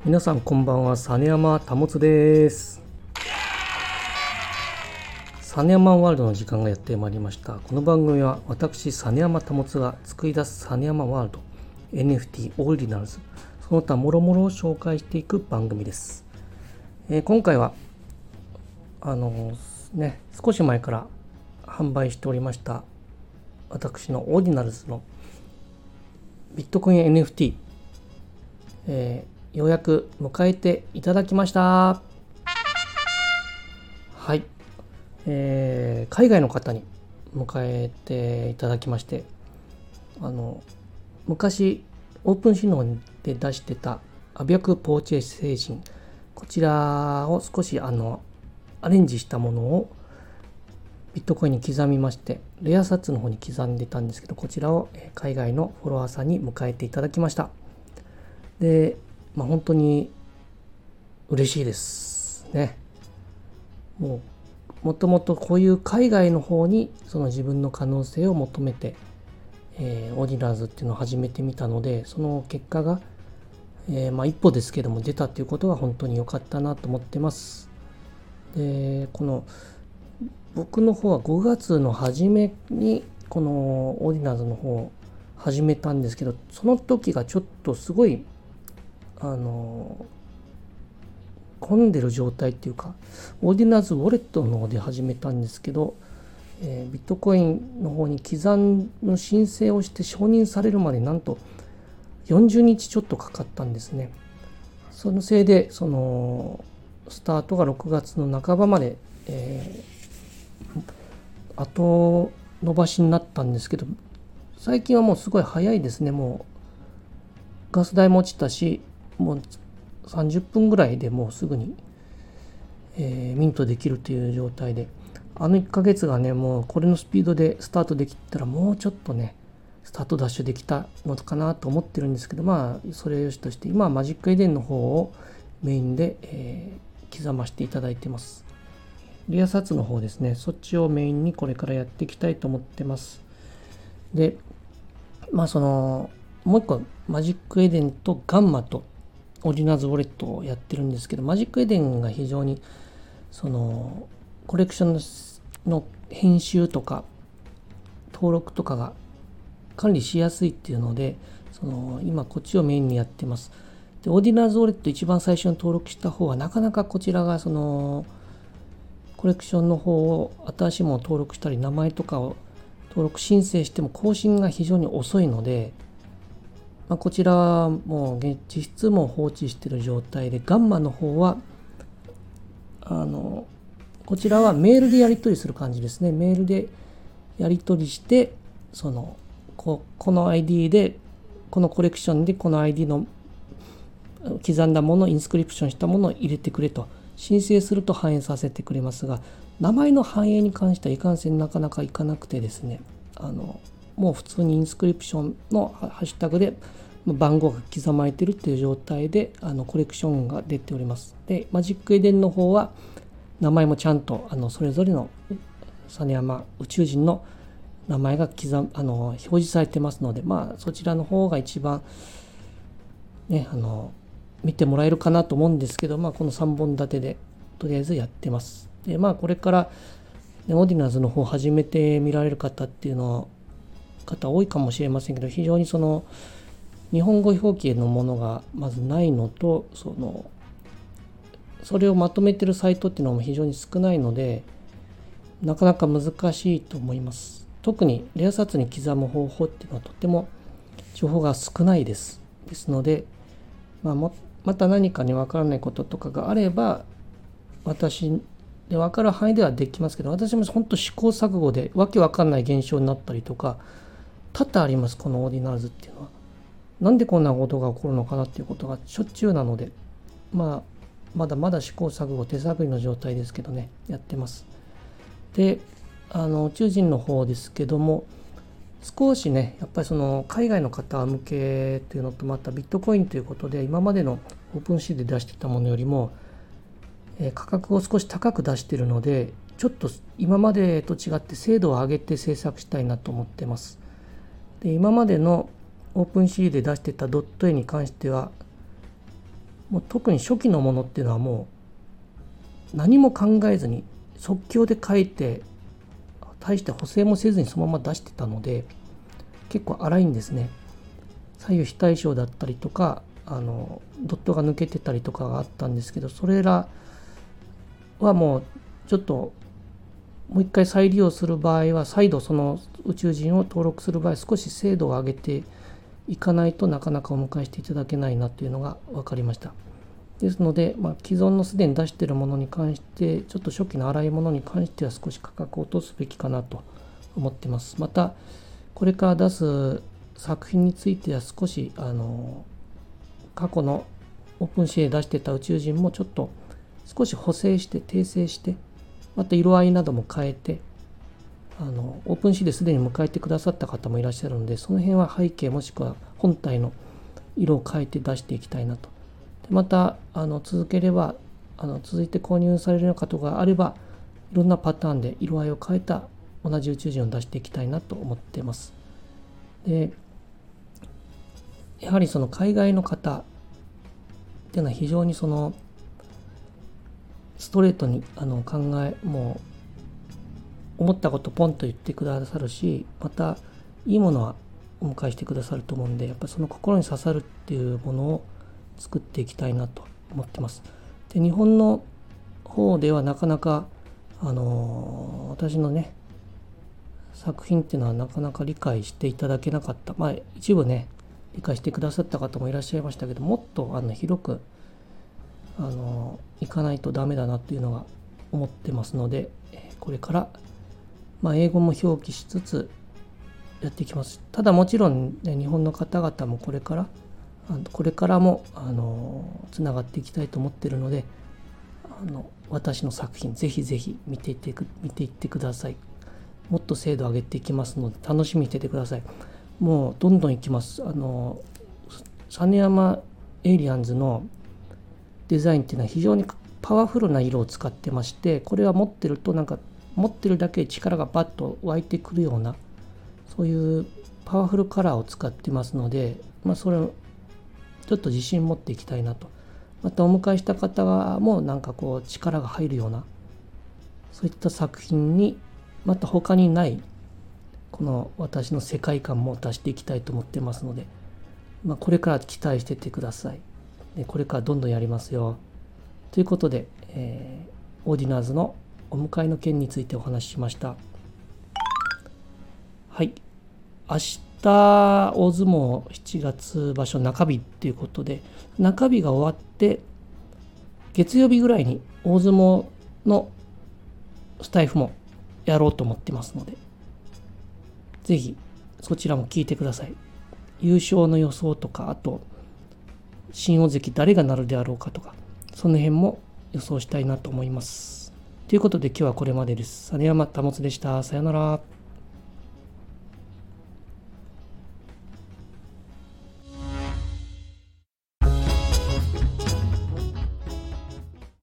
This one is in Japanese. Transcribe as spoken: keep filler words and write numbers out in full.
皆さんこんばんは、実山保です。実山ワールドの時間がやってまいりました。この番組は私実山保が作り出す実山ワールド エヌエフティー オリジナルズその他諸々を紹介していく番組です。えー、今回はあのー、ね少し前から販売しておりました私のオリジナルズのビットコイン エヌエフティー、えーようやく迎えていただきました。はい、えー、海外の方に迎えていただきまして、あの昔オープンシーの方で出してたアビャクポーチェ精神、こちらを少しあのアレンジしたものをビットコインに刻みまして、レアサッツの方に刻んでたんですけど、こちらを海外のフォロワーさんに迎えていただきました。でまあ、本当に嬉しいですね。もうもともとこういう海外の方にその自分の可能性を求めて、えー、オリラーズっていうのを始めてみたので、その結果が、えー、まあ一歩ですけども出たっていうことが本当に良かったなと思ってます。でこの僕の方はごがつの初めにこのオリラーズの方を始めたんですけど、その時がちょっとすごいあの混んでる状態っていうか、オーディナーズウォレットの方で始めたんですけど、えー、ビットコインの方に刻む申請をして承認されるまでなんとよんじゅうにちちょっとかかったんですね。そのせいでそのスタートがろくがつの半ばまで、えー、後延ばしになったんですけど、最近はもうすごい早いですね。もうガス代も落ちたし、もうさんじゅっぷんぐらいでもうすぐに、えー、ミントできるという状態で、あのいっかげつがね、もうこれのスピードでスタートできたらもうちょっとねスタートダッシュできたのかなと思ってるんですけど、まあそれよしとして、今はマジックエデンの方をメインで、えー、刻ませていただいてます。リアサッツの方ですね、そっちをメインにこれからやっていきたいと思ってます。でまあそのもう一個マジックエデンとガンマとオリジナルズウォレットをやってるんですけど、マジックエデンが非常にそのコレクションの編集とか登録とかが管理しやすいっていうので、その今こっちをメインにやってます。でオーディナルズウォレット一番最初に登録した方はなかなかこちらがそのコレクションの方を新しいものを登録したり名前とかを登録申請しても更新が非常に遅いので、まあ、こちらはもう実質も放置している状態で、ガンマの方はあのこちらはメールでやり取りする感じですね。メールでやり取りして、その こ, この アイディー でこのコレクションでこの アイディー の刻んだもの、インスクリプションしたものを入れてくれと申請すると反映させてくれますが、名前の反映に関してはいかんせんなかなかいかなくてですね、あのもう普通にインスクリプションのハッシュタグで番号が刻まれているという状態であのコレクションが出ております。でマジックエデンの方は名前もちゃんとあのそれぞれの実山宇宙人の名前が刻あの表示されてますので、まあそちらの方が一番ねあの見てもらえるかなと思うんですけど、まあこのさんぼん立てでとりあえずやってます。でまあこれから、ね、オーディナーズの方始めて見られる方っていうのは方多いかもしれませんけど、非常にその日本語表記のものがまずないのと、そのそれをまとめてるサイトっていうのも非常に少ないので、なかなか難しいと思います。特にレアサッツに刻む方法っていうのはとても情報が少ないです。ですので、まあ、もまた何かに分からないこととかがあれば、私で分かる範囲ではできますけど、私も本当試行錯誤でわけ分かんない現象になったりとか多々あります。このオーディナルズっていうのはなんでこんなことが起こるのかなっていうことがしょっちゅうなので、まあまだまだ試行錯誤手探りの状態ですけどね、やってます。であの宇宙人の方ですけども、少しねやっぱりその海外の方向けというのと、またビットコインということで今までのオープンシーで出してたものよりも、えー、価格を少し高く出しているので、ちょっと今までと違って精度を上げて制作したいなと思ってます。で今までのオープンシーで出してたドット絵に関してはもう特に初期のものっていうのはもう何も考えずに即興で書いて、大して補正もせずにそのまま出してたので結構荒いんですね。左右非対称だったりとか、あのドットが抜けてたりとかがあったんですけど、それらはもうちょっともう一回再利用する場合は、再度その宇宙人を登録する場合少し精度を上げていかないとなかなかお迎えしていただけないなというのが分かりました。ですので、まあ、既存のすでに出しているものに関して、ちょっと初期の荒いものに関しては少し価格を落とすべきかなと思っています。また、これから出す作品については少し、あの、過去のオープンシーで出してた宇宙人もちょっと少し補正して、訂正して、また色合いなども変えて、あの、オープンシーですでに迎えてくださった方もいらっしゃるので、その辺は背景もしくは本体の色を変えて出していきたいなと。またあの続ければあの続いて購入されるような方があれば、いろんなパターンで色合いを変えた同じ宇宙人を出していきたいなと思っています。でやはりその海外の方っていうのは非常にそのストレートにあの考えもう思ったことポンと言ってくださるし、またいいものはお迎えしてくださると思うんで、やっぱりその心に刺さるっていうものを作っていきたいなと思ってます。で、日本の方ではなかなかあのー、私のね作品っていうのはなかなか理解していただけなかった。まあ一部ね理解してくださった方もいらっしゃいましたけど、もっとあの広くあのー、いかないとダメだなっていうのは思ってますので、これからまあ英語も表記しつつやっていきます。ただもちろん、ね、日本の方々もこれからこれからもあのつながっていきたいと思っているので、あの私の作品ぜひぜひ見ていって見ていってください。もっと精度上げていきますので楽しみにしててください。もうどんどんいきます。あの実山エイリアンズのデザインっていうのは非常にパワフルな色を使ってまして、これは持ってるとなんか持ってるだけで力がバッと湧いてくるような、そういうパワフルカラーを使ってますので、まあそれをちょっと自信持っていきたいなと。またお迎えした方もなんかこう力が入るような、そういった作品にまた他にないこの私の世界観も出していきたいと思ってますので、まあ、これから期待しててください。でこれからどんどんやりますよ。ということで、えー、オーディナーズのお迎えの件についてお話ししました。はい。明日大相撲しちがつ場所中日っていうことで、中日が終わって月曜日ぐらいに大相撲のスタイフもやろうと思ってますので、ぜひそちらも聞いてください。優勝の予想とか、あと新大関誰がなるであろうかとか、その辺も予想したいなと思います。ということで今日はこれまでです。実山保でした。さよなら。